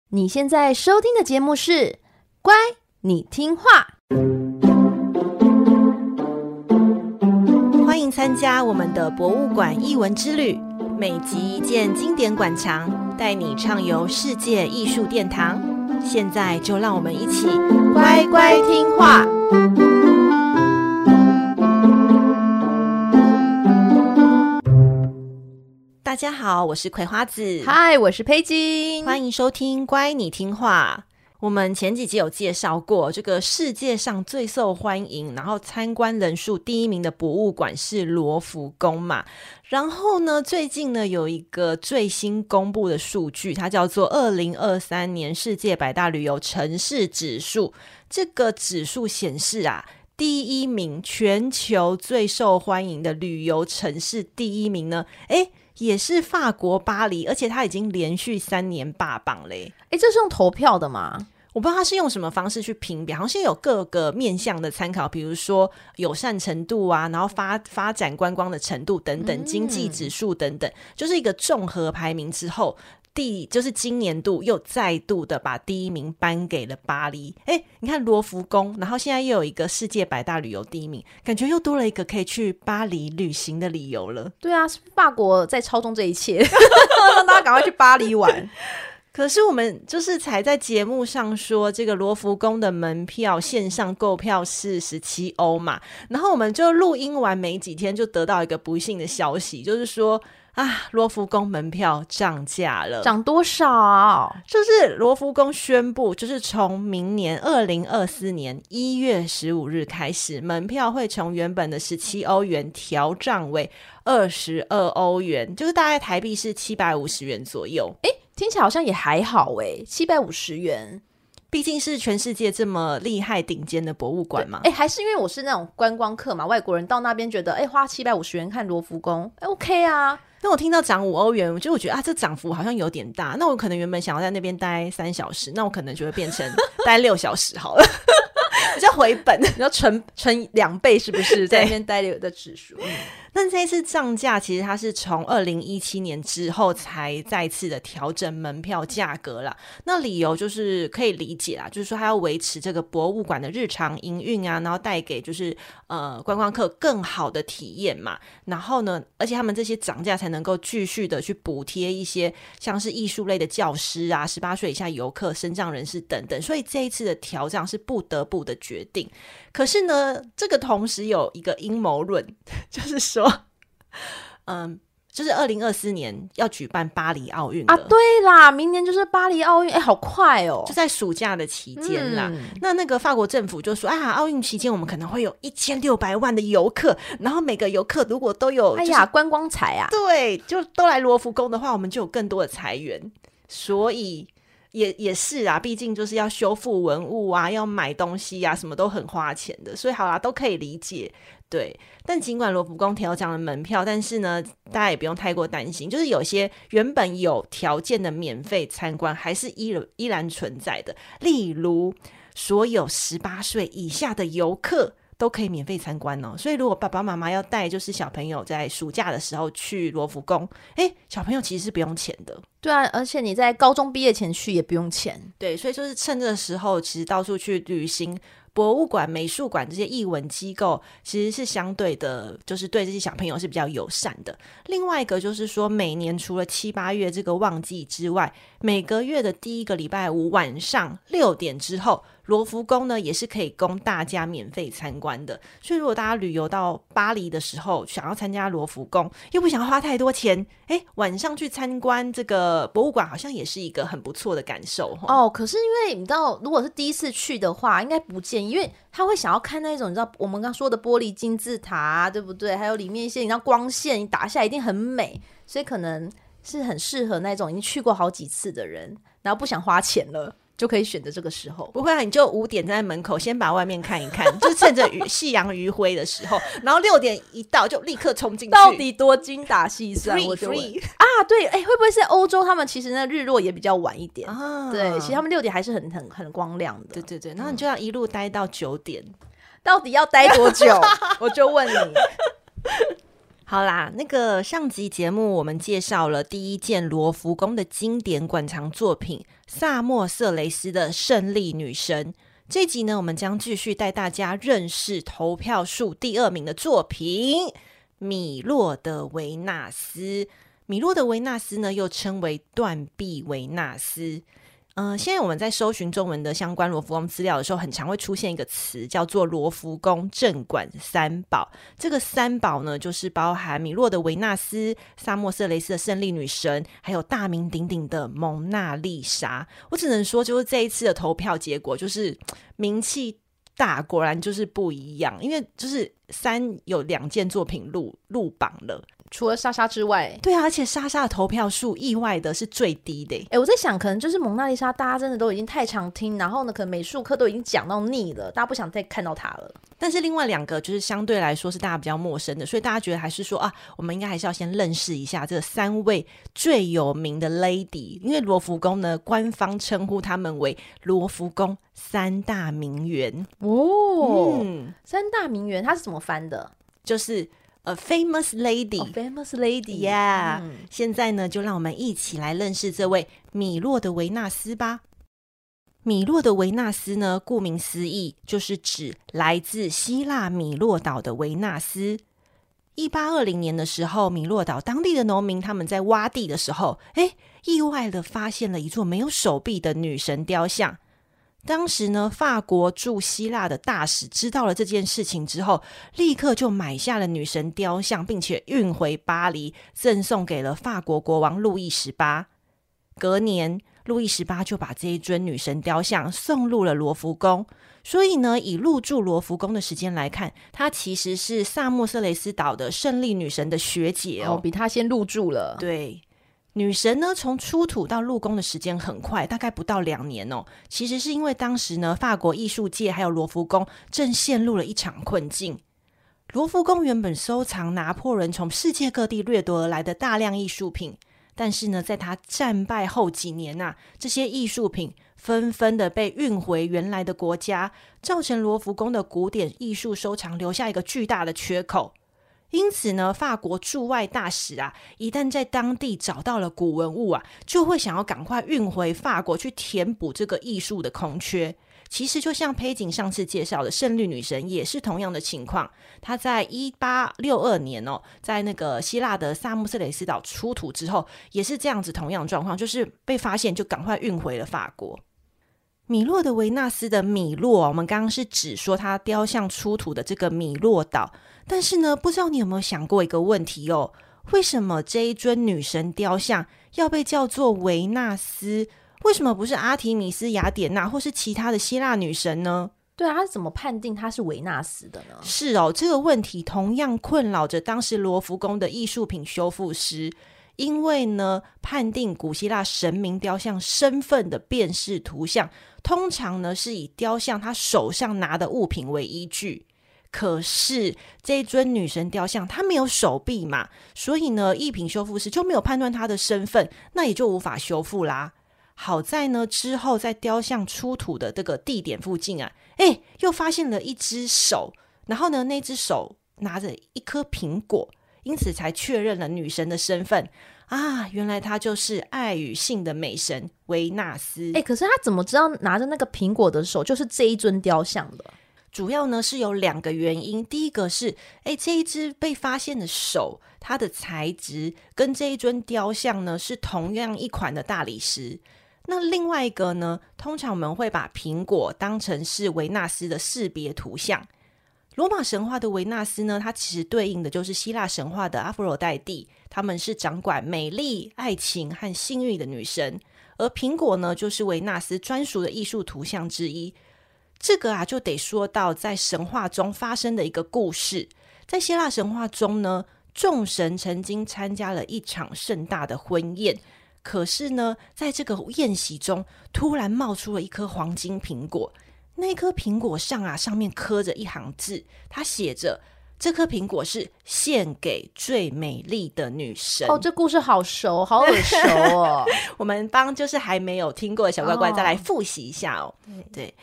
你现在收听的节目是《乖，你听话》。 欢迎参加我们的博物馆艺文之旅，每集一件经典馆藏，带你畅游世界艺术殿堂。现在就让我们一起乖乖听话。大家好，我是葵花子。 嗨，我是佩金。 欢迎收听乖你听话。我们前几集有介绍过，这个世界上最受欢迎，然后参观人数第一名的博物馆是罗浮宫嘛。然后呢，最近呢有一个最新公布的数据，它叫做2023年世界百大旅游城市指数。这个指数显示啊，第一名全球最受欢迎的旅游城市第一名呢，也是法国巴黎，而且它已经连续3年霸榜嘞。 这是用投票的吗？ 我不知道他是用什么方式去评比，好像有各个面向的参考，比如说友善程度啊，然后发展观光的程度等等，经济指数等等，就是一个综合排名之后，就是今年度又再度的把第一名颁给了巴黎。你看罗浮宫，然后现在又有一个世界百大旅游第一名，感觉又多了一个可以去巴黎旅行的理由了。 对啊，是法国在操纵这一切让大家赶快去巴黎玩。 可是我们就是才在节目上说，这个罗浮宫的门票线上购票是17欧嘛，然后我们就录音完没几天就得到一个不幸的消息，就是说罗浮宫门票涨价了。 涨多少？ 就是罗浮宫宣布，就是从明年2024年1月15日开始，门票会从原本的17欧元调涨为22欧元，就是大概台币是750元左右。 听起来好像也还好，750元。 毕竟是全世界这么厉害顶尖的博物馆嘛。 还是因为我是那种观光客嘛，外国人到那边觉得花750元看罗浮宫OK 啊。 那我听到涨5欧元，我觉得这涨幅好像有点大。那我可能原本想要在那边待3小时，那我可能就会变成待6小时好了比较回本， 你要乘2倍是不是？在那边待的指数。 但这一次涨价其实它是从2017年之后才再次的调整门票价格啦。那理由就是可以理解啦，就是说它要维持这个博物馆的日常营运啊，然后带给就是观光客更好的体验嘛。然后呢，而且他们这些涨价才能够继续的去补贴一些像是艺术类的教师啊、18岁以下游客、身障人士等等。所以这一次的调涨是不得不的决定。可是呢，这个同时有一个阴谋论，就是说就是2024年要举办巴黎奥运了对啦，明年就是巴黎奥运，好快哦， 就在暑假的期间啦。那个法国政府就说奥运期间我们可能会有1600万的游客，然后每个游客如果都有观光财啊， 对，就都来罗浮宫的话，我们就有更多的财源。所以也是啊，毕竟就是要修复文物啊，要买东西啊，什么都很花钱的，所以好啦，都可以理解。对，但尽管罗浮宫调涨了门票，但是呢，大家也不用太过担心，就是有些原本有条件的免费参观还是依然存在的。例如，所有18岁以下的游客都可以免费参观哦。所以如果爸爸妈妈要带就是小朋友在暑假的时候去罗浮宫，小朋友其实是不用钱的。 对啊，而且你在高中毕业前去也不用钱。 对，所以就是趁这个时候其实到处去旅行，博物馆、美术馆这些艺文机构其实是相对的，就是对这些小朋友是比较友善的。另外一个就是说，每年除了7、8月这个旺季之外，每个月的第一个礼拜五晚上6点之后，罗浮宫呢也是可以供大家免费参观的。所以如果大家旅游到巴黎的时候想要参加罗浮宫，又不想要花太多钱，晚上去参观这个博物馆好像也是一个很不错的感受可是因为你知道，如果是第一次去的话应该不建议，因为他会想要看那种你知道我们刚说的玻璃金字塔对不对，还有里面一些你知道光线你打下来一定很美，所以可能是很适合那种已经去过好几次的人，然后不想花钱了就可以选择这个时候。 不会啊，你就5点站在门口先把外面看一看就趁着夕阳余晖的时候，然后6点一到就立刻冲进去。 到底多精打细算我就问对，会不会是欧洲他们其实那日落也比较晚一点对，其实他们6点还是很光亮的。 对，然后你就要一路待到9点。 到底要待多久我就问你好啦，那个上集节目我们介绍了第一件罗浮宫的经典馆藏作品萨默瑟雷斯的胜利女神。这集呢，我们将继续带大家认识投票数第2名的作品米洛的维纳斯。米洛的维纳斯呢，又称为断臂维纳斯。现在我们在搜寻中文的相关罗浮宫资料的时候，很常会出现一个词叫做罗浮宫镇馆三宝。这个三宝呢，就是包含米洛的维纳斯、萨默瑟雷斯的胜利女神，还有大名鼎鼎的蒙娜丽莎。我只能说，就是这一次的投票结果，就是名气大，果然就是不一样。因为就是有2件作品入榜了。 除了莎莎之外， 对啊，而且莎莎的投票数意外的是最低的。 我在想可能就是蒙娜丽莎大家真的都已经太常听，然后呢可能美术课都已经讲到腻了，大家不想再看到它了。 但是另外2个就是相对来说是大家比较陌生的，所以大家觉得还是说我们应该还是要先认识一下这3位最有名的 lady。 因为罗浮宫呢，官方称呼他们为罗浮宫3大名媛 3大名媛它是怎么翻的？ 就是A famous lady， famous lady， yeah，现在呢，就让我们一起来认识这位米洛的维纳斯吧。米洛的维纳斯呢，顾名思义，就是指来自希腊米洛岛的维纳斯。1820年的时候，米洛岛当地的农民他们在挖地的时候，意外的发现了一座没有手臂的女神雕像。当时呢，法国驻希腊的大使知道了这件事情之后，立刻就买下了女神雕像，并且运回巴黎，赠送给了法国国王路易18。隔年，路易18就把这一尊女神雕像送入了罗浮宫。所以呢，以入住罗浮宫的时间来看，她其实是萨默瑟雷斯岛的胜利女神的学姐比她先入住了。 对。女神呢，从出土到入宫的时间很快，大概不到2年哦。其实是因为当时呢，法国艺术界还有罗浮宫正陷入了一场困境。罗浮宫原本收藏拿破仑从世界各地掠夺而来的大量艺术品，但是呢，在他战败后几年这些艺术品纷纷的被运回原来的国家，造成罗浮宫的古典艺术收藏留下一个巨大的缺口。因此呢，法国驻外大使一旦在当地找到了古文物就会想要赶快运回法国去填补这个艺术的空缺。其实就像佩锦上次介绍的胜利女神也是同样的情况，她在1862年在那个希腊的萨默瑟雷斯岛出土之后，也是这样子同样的状况，就是被发现就赶快运回了法国。米洛的维纳斯的米洛，我们刚刚是指说他雕像出土的这个米洛岛，但是呢，不知道你有没有想过一个问题为什么这一尊女神雕像要被叫做维纳斯？为什么不是阿提米斯、雅典娜或是其他的希腊女神呢？ 对啊，他怎么判定她是维纳斯的呢？ 是这个问题同样困扰着当时罗浮宫的艺术品修复师。因为呢，判定古希腊神明雕像身份的辨识图像，通常呢是以雕像他手上拿的物品为依据。可是这尊女神雕像她没有手臂嘛，所以呢，艺品修复师就没有判断她的身份，那也就无法修复啦。好在呢，之后在雕像出土的这个地点附近又发现了一只手，然后呢，那只手拿着一颗苹果，因此才确认了女神的身份原来她就是爱与性的美神维纳斯。 可是她怎么知道拿着那个苹果的手就是这一尊雕像的？ 主要呢是有2个原因。第一个是这一只被发现的手，它的材质跟这一尊雕像呢是同样一款的大理石。那另外一个呢，通常我们会把苹果当成是维纳斯的识别图像。罗马神话的维纳斯呢，它其实对应的就是希腊神话的阿弗罗代蒂，她们是掌管美丽、爱情和性欲的女神，而苹果呢，就是维纳斯专属的艺术图像之一。这个就得说到在神话中发生的一个故事。在希腊神话中呢，众神曾经参加了一场盛大的婚宴，可是呢，在这个宴席中突然冒出了一颗黄金苹果。那颗苹果上面刻着一行字，它写着这颗苹果是献给最美丽的女神。 这故事好熟，好耳熟哦。 我们帮就是还没有听过的小乖乖再来复习一下对，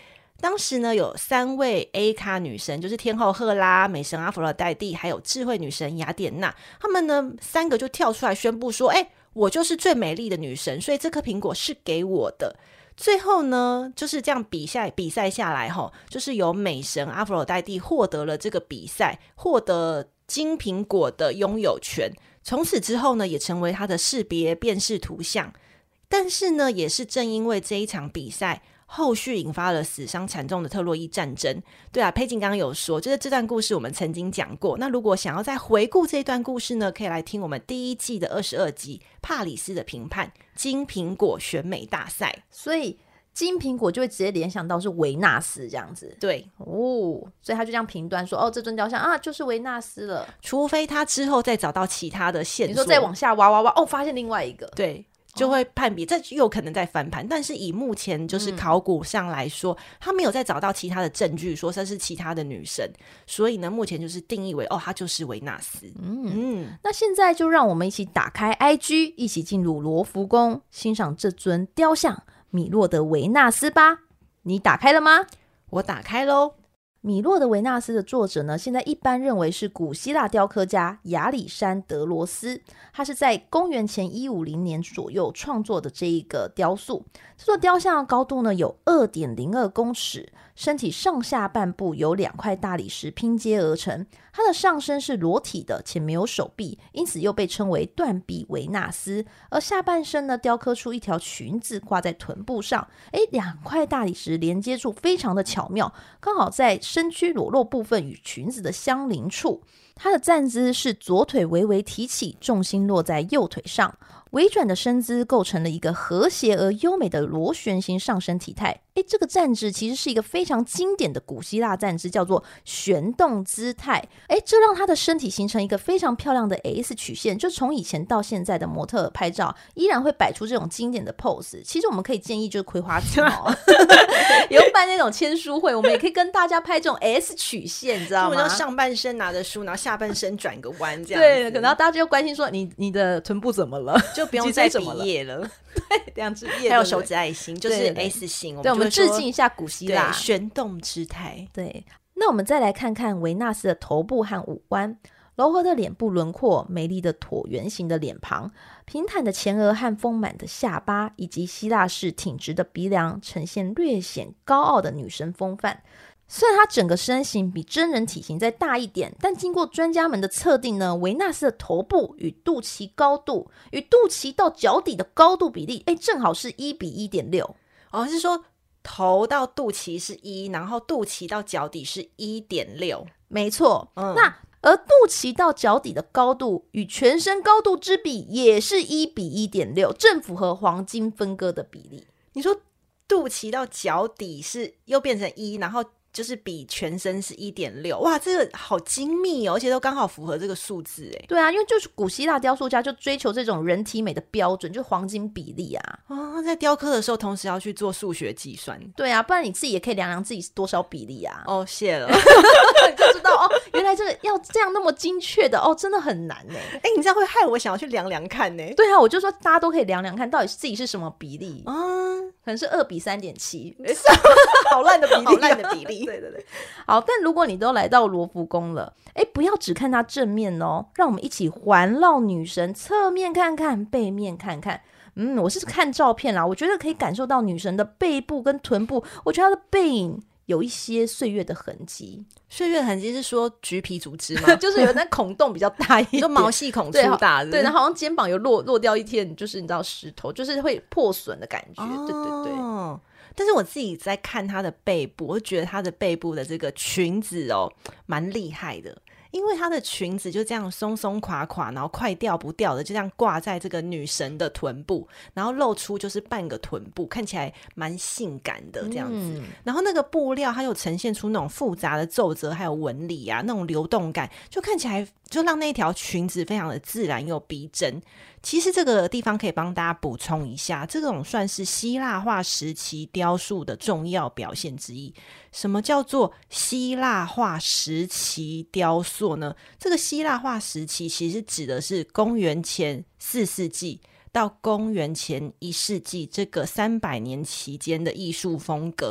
当时呢有3位 A 咖女神，就是天后赫拉、美神阿佛罗代蒂还有智慧女神雅典娜，她们呢3个就跳出来宣布说，我就是最美丽的女神，所以这颗苹果是给我的。最后呢就是这样比赛下来就是由美神阿佛罗代蒂获得了这个比赛，获得金苹果的拥有权，从此之后呢也成为她的识别辨识图像。但是呢也是正因为这一场比赛，后续引发了死伤惨重的特洛伊战争。对啊，佩锦刚刚有说，就是这段故事我们曾经讲过，那如果想要再回顾这一段故事呢，可以来听我们第1季的22集帕里斯的评判金苹果选美大赛。 所以金苹果就会直接联想到是维纳斯这样子。 对所以他就这样评断说，这尊雕像就是维纳斯了， 除非他之后再找到其他的线索， 你说再往下挖发现另外一个， 对，就会判别，这有可能再翻盘。但是以目前就是考古上来说，他没有再找到其他的证据说这是其他的女神，所以呢目前就是定义为她就是维纳斯。 那现在就让我们一起打开 IG， 一起进入罗浮宫，欣赏这尊雕像米洛的维纳斯吧。你打开了吗？ 我打开咯。 米洛的维纳斯的作者呢，现在一般认为是古希腊雕刻家亚里山德罗斯，他是在公元前150年左右创作的这一个雕塑。这座雕像的高度呢有 2.02 公尺，身体上下半部由2块大理石拼接而成，它的上身是裸体的且没有手臂，因此又被称为断臂维纳斯。而下半身呢雕刻出一条裙子挂在臀部上，2块大理石连接处非常的巧妙，刚好在身躯裸露部分与裙子的相邻处。他的站姿是左腿微微提起，重心落在右腿上，微转的身姿构成了一个和谐而优美的螺旋形上身体态。这个站姿其实是一个非常经典的古希腊站姿，叫做旋动姿态。这让他的身体形成一个非常漂亮的 S 曲线，就从以前到现在的模特拍照依然会摆出这种经典的 pose。其实我们可以建议就是葵花籽有办那种签书会，我们也可以跟大家拍这种 S 曲线，你知道吗？ 上半身拿着书，然后下半身转个弯这样子。 对，可能大家就关心说你的臀部怎么了， 就不用再比耶了。 对，2只叶， 还有手指爱心，就是 S 型。 对，我们致敬一下古希腊旋动姿态。 对，那我们再来看看维纳斯的头部和五官。柔和的脸部轮廓，美丽的椭圆形的脸庞，平坦的前额和丰满的下巴，以及希腊式挺直的鼻梁，呈现略显高傲的女神风范。虽然她整个身形比真人体型再大一点，但经过专家们的测定呢，维纳斯的头部与肚脐高度与肚脐到脚底的高度比例正好是1:1.6。 是说头到肚脐是1，然后肚脐到脚底是1.6。 没错。那而肚脐到脚底的高度与全身高度之比也是1:1.6，正符合黄金分割的比例。 你说肚脐到脚底是又变成1，然后就是比全身是1.6，哇，这个好精密而且都刚好符合这个数字。 对啊，因为就是古希腊雕塑家就追求这种人体美的标准，就黄金比例啊。 在雕刻的时候同时要去做数学计算。 对啊，不然你自己也可以量量自己多少比例啊。 谢了你就知道原来这个要这样那么精确的真的很难呢。 你这样会害我想要去量量看呢。 对啊，我就说大家都可以量量看到底自己是什么比例。可能是2:3.7， 好烂的比例，好烂的比例。 对。好，但如果你都来到罗浮宫了，不要只看它正面哦，让我们一起环绕女神，侧面看看，背面看看。我是看照片啦，我觉得可以感受到女神的背部跟臀部，我觉得她的背影有一些岁月的痕迹。 岁月的痕迹是说橘皮组织吗？ 就是有那孔洞比较大一点， 就毛细孔粗大的。 对，然后好像肩膀有落掉一片，就是你知道石头，就是会破损的感觉。对。 但是我自己在看她的背部，我就觉得她的背部的这个裙子蛮厉害的。因为她的裙子就这样松松垮垮，然后快掉不掉的就这样挂在这个女神的臀部，然后露出就是半个臀部，看起来蛮性感的这样子。然后那个布料它又呈现出那种复杂的皱褶还有纹理啊，那种流动感，就看起来就让那条裙子非常的自然又逼真。其实这个地方可以帮大家补充一下，这种算是希腊化时期雕塑的重要表现之一。什么叫做希腊化时期雕塑呢？这个希腊化时期其实指的是公元前4世纪到公元前1世纪这个300年期间的艺术风格。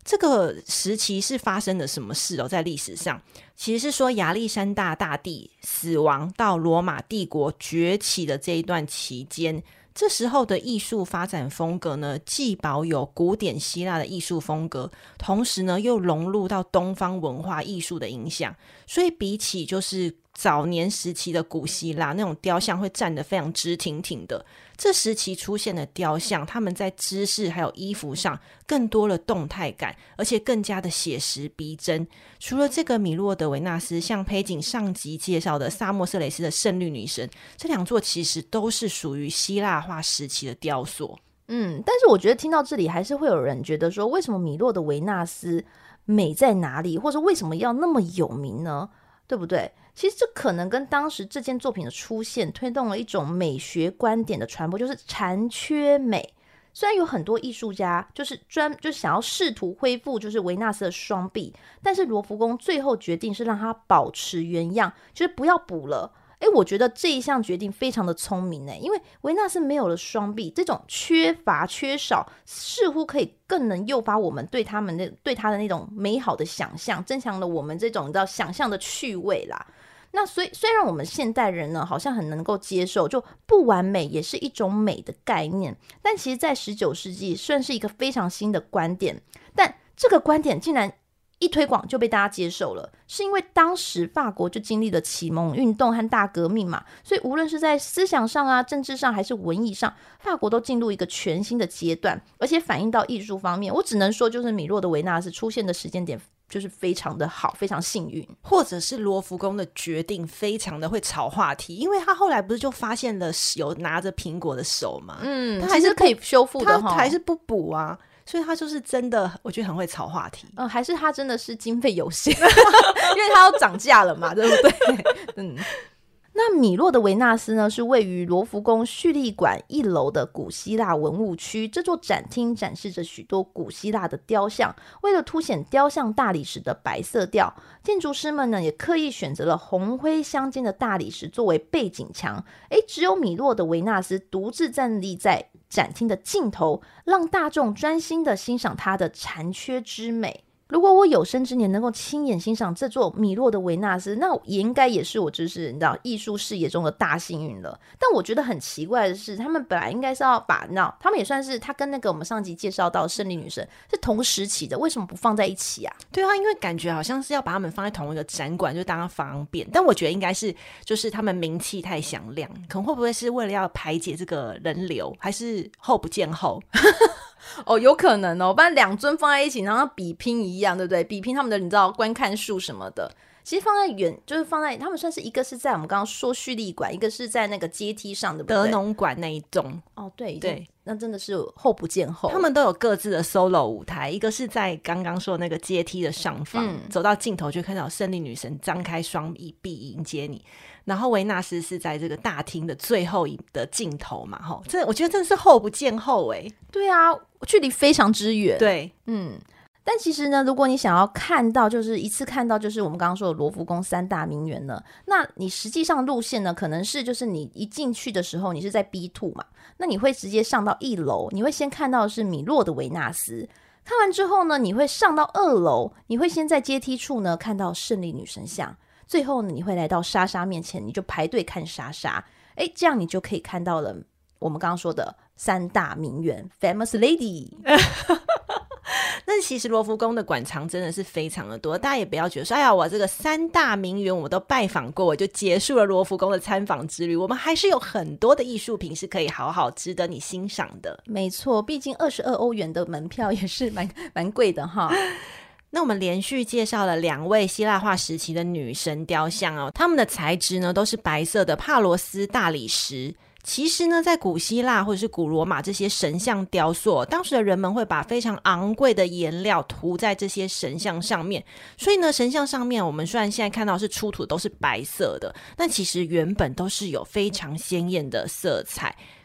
这个时期是发生了什么事在历史上其实是说亚历山大大帝死亡到罗马帝国崛起的这一段期间，这时候的艺术发展风格呢，既保有古典希腊的艺术风格，同时呢又融入到东方文化艺术的影响，所以比起就是早年时期的古希腊那种雕像会站得非常直挺挺的，这时期出现的雕像，他们在姿势还有衣服上更多了动态感，而且更加的写实逼真。除了这个米洛德维纳斯，像佩锦上集介绍的萨默瑟雷斯的圣绿女神，这两座其实都是属于希腊化时期的雕塑。 但是我觉得听到这里还是会有人觉得说，为什么米洛的维纳斯美在哪里，或者为什么要那么有名呢？对不对？其实这可能跟当时这件作品的出现推动了一种美学观点的传播，就是残缺美。虽然有很多艺术家就是想要试图恢复就是维纳斯的双臂，但是罗浮宫最后决定是让它保持原样，就是不要补了。我觉得这一项决定非常的聪明因为维纳斯没有了双臂，这种缺乏缺少似乎可以更能诱发我们对他的那种美好的想象，增强了我们这种你知道想象的趣味啦。那虽然我们现代人呢好像很能够接受就不完美也是一种美的概念，但其实在19世纪算是一个非常新的观点，但这个观点竟然一推广就被大家接受了，是因为当时法国就经历了启蒙运动和大革命嘛，所以无论是在思想上啊、政治上还是文艺上，法国都进入一个全新的阶段，而且反映到艺术方面，我只能说就是米洛的维纳斯出现的时间点就是非常的好，非常幸运， 或者是罗浮宫的决定非常的会炒话题，因为他后来不是就发现了有拿着苹果的手嘛， 他还是可以修复的， 他还是不补啊，所以他就是真的我觉得很会炒话题。 还是他真的是经费有限因为他要涨价了嘛，对不对那米洛的维纳斯呢，是位于罗浮宫蓄力馆1楼的古希腊文物区，这座展厅展示着许多古希腊的雕像，为了凸显雕像大理石的白色调，建筑师们呢也刻意选择了红灰相间的大理石作为背景墙，只有米洛的维纳斯独自站立在展厅的尽头，让大众专心的欣赏它的残缺之美。如果我有生之年能够亲眼欣赏这座米洛的维纳斯，那也应该也是我就是你知道艺术视野中的大幸运了。但我觉得很奇怪的是，他们本来应该是要把他们也算是他跟那个我们上集介绍到胜利女神是同时期的，为什么不放在一起啊？ 对啊，因为感觉好像是要把他们放在同一个展馆，就当方便。但我觉得应该是就是他们名气太响亮，可能会不会是为了要排解这个人流，还是后不见后有可能不然两尊放在一起然后比拼一样，对不对？比拼他们的你知道观看数什么的，其实放在就是放在他们算是一个是在我们刚刚说蓄力馆，一个是在那个阶梯上，对不对？ 德农馆那一栋对，那真的是后不见后。 他们都有各自的 solo 舞台，一个是在刚刚说的那个阶梯的上方，走到尽头就看到胜利女神张开双臂迎接你，然后维纳斯是在这个大厅的最后的尽头嘛，这我觉得真的是后不见后对啊，距离非常之远。 对， 但其实呢，如果你想要看到就是一次看到就是我们刚刚说的罗浮宫3大名园呢，那你实际上路线呢可能是就是你一进去的时候你是在 B2 嘛，那你会直接上到1楼，你会先看到的是米洛的维纳斯，看完之后呢你会上到2楼，你会先在阶梯处呢看到胜利女神像，最后呢你会来到莎莎面前，你就排队看莎莎，这样你就可以看到了我们刚刚说的3大名园 Famous Lady 但其实罗浮宫的馆藏真的是非常的多，大家也不要觉得说哎呀我这个3大名园我都拜访过我就结束了罗浮宫的参访之旅，我们还是有很多的艺术品是可以好好值得你欣赏的。 没错，毕竟22欧元的门票也是蛮贵的哈那我们连续介绍了2位希腊化时期的女神雕像它们的材质呢都是白色的帕罗斯大理石。其实呢在古希腊或者是古罗马这些神像雕塑，当时的人们会把非常昂贵的颜料涂在这些神像上面，所以呢神像上面我们虽然现在看到是出土都是白色的，但其实原本都是有非常鲜艳的色彩。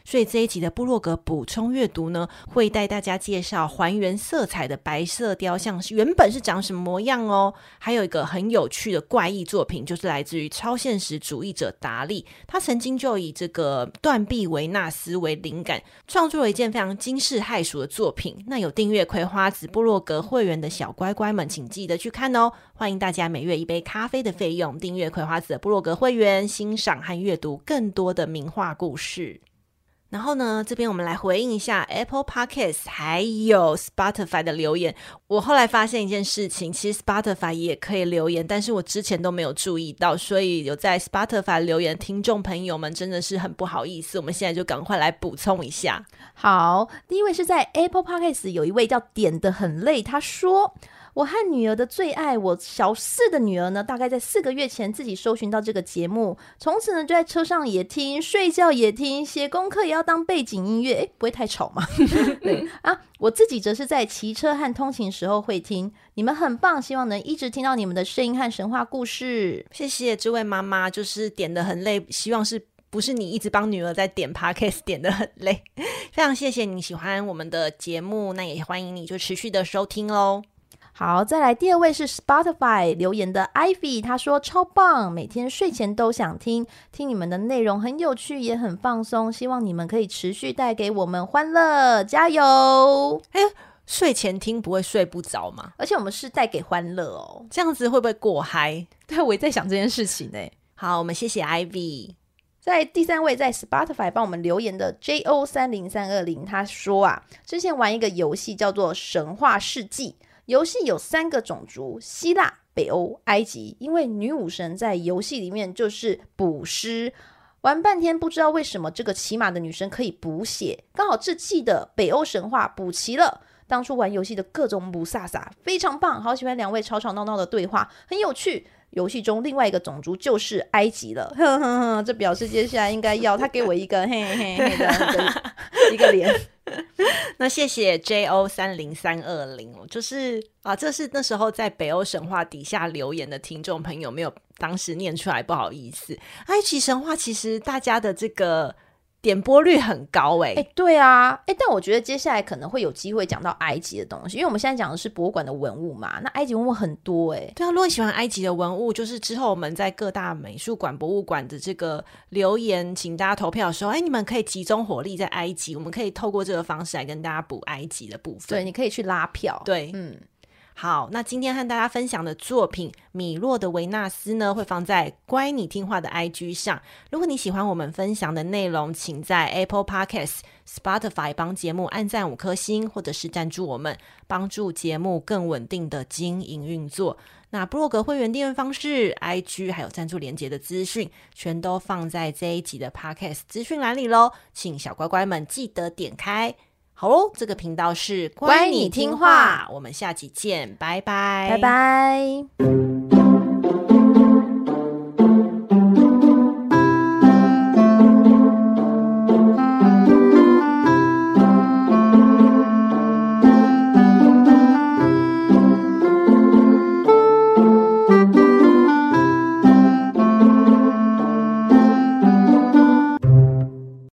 所以这一集的部落格补充阅读呢，会带大家介绍还原色彩的白色雕像原本是长什么模样哦。还有一个很有趣的怪异作品，就是来自于超现实主义者达利，他曾经就以这个断臂维纳斯为灵感，创作了一件非常惊世骇俗的作品。那有订阅葵花子部落格会员的小乖乖们，请记得去看哦。欢迎大家每月1杯咖啡的费用订阅葵花子的部落格会员，欣赏和阅读更多的名画故事。然后呢，这边我们来回应一下 Apple Podcast 还有 Spotify 的留言。我后来发现一件事情，其实 Spotify 也可以留言，但是我之前都没有注意到，所以有在 Spotify 留言的听众朋友们真的是很不好意思，我们现在就赶快来补充一下。 好，第一位是在 Apple Podcast 有一位叫点得很累，他说我和女儿的最爱，我小4的女儿呢，大概在4个月前自己搜寻到这个节目，从此呢就在车上也听，睡觉也听，写功课也要当背景音乐，不会太吵吗？对啊，我自己则是在骑车和通勤时候会听，你们很棒，希望能一直听到你们的声音和神话故事。 谢谢这位妈妈，就是点得很累，希望是不是你一直帮女儿在点 podcast 点得很累，非常谢谢你喜欢我们的节目，那也欢迎你就持续的收听咯。 好，再来第2位是 Spotify 留言的 Ivy， 他说超棒，每天睡前都想听你们的内容很有趣也很放松，希望你们可以持续带给我们欢乐，加油。 睡前听不会睡不着吗？ 而且我们是带给欢乐哦， 这样子会不会过嗨？ 对，我也在想这件事情呢。 好，我们谢谢 Ivy。 在第3位在 Spotify 帮我们留言的 JO30320， 他说啊，之前玩一个游戏叫做神话世纪，游戏有3个种族，希腊、北欧、埃及，因为女武神在游戏里面就是捕尸，玩半天不知道为什么这个骑马的女生可以补血，刚好这季的北欧神话补齐了。当初玩游戏的各种母萨萨非常棒，好喜欢2位吵吵闹闹的对话，很有趣。游戏中另外一个种族就是埃及了，呵呵呵，这表示接下来应该要他给我一个嘿嘿嘿的一个脸。 那谢谢 JO30320， 就是这是那时候在北欧神话底下留言的听众朋友没有当时念出来，不好意思。埃及神话其实大家的这个点播率很高对啊，但我觉得接下来可能会有机会讲到埃及的东西，因为我们现在讲的是博物馆的文物嘛，那埃及文物很多对啊，如果你喜欢埃及的文物，就是之后我们在各大美术馆博物馆的这个留言请大家投票的时候，你们可以集中火力在埃及，我们可以透过这个方式来跟大家补埃及的部分。 对，你可以去拉票。 对，好，那今天和大家分享的作品《米洛的维纳斯》呢，会放在乖你听话的 IG 上。如果你喜欢我们分享的内容，请在 Apple Podcast、Spotify 帮节目按赞5颗星，或者是赞助我们，帮助节目更稳定的经营运作。那部落格会员订阅方式、IG 还有赞助连结的资讯，全都放在这一集的 Podcast 资讯栏里咯，请小乖乖们记得点开。好咯，这个频道是乖你听话， 我们下集见，拜拜， 拜拜。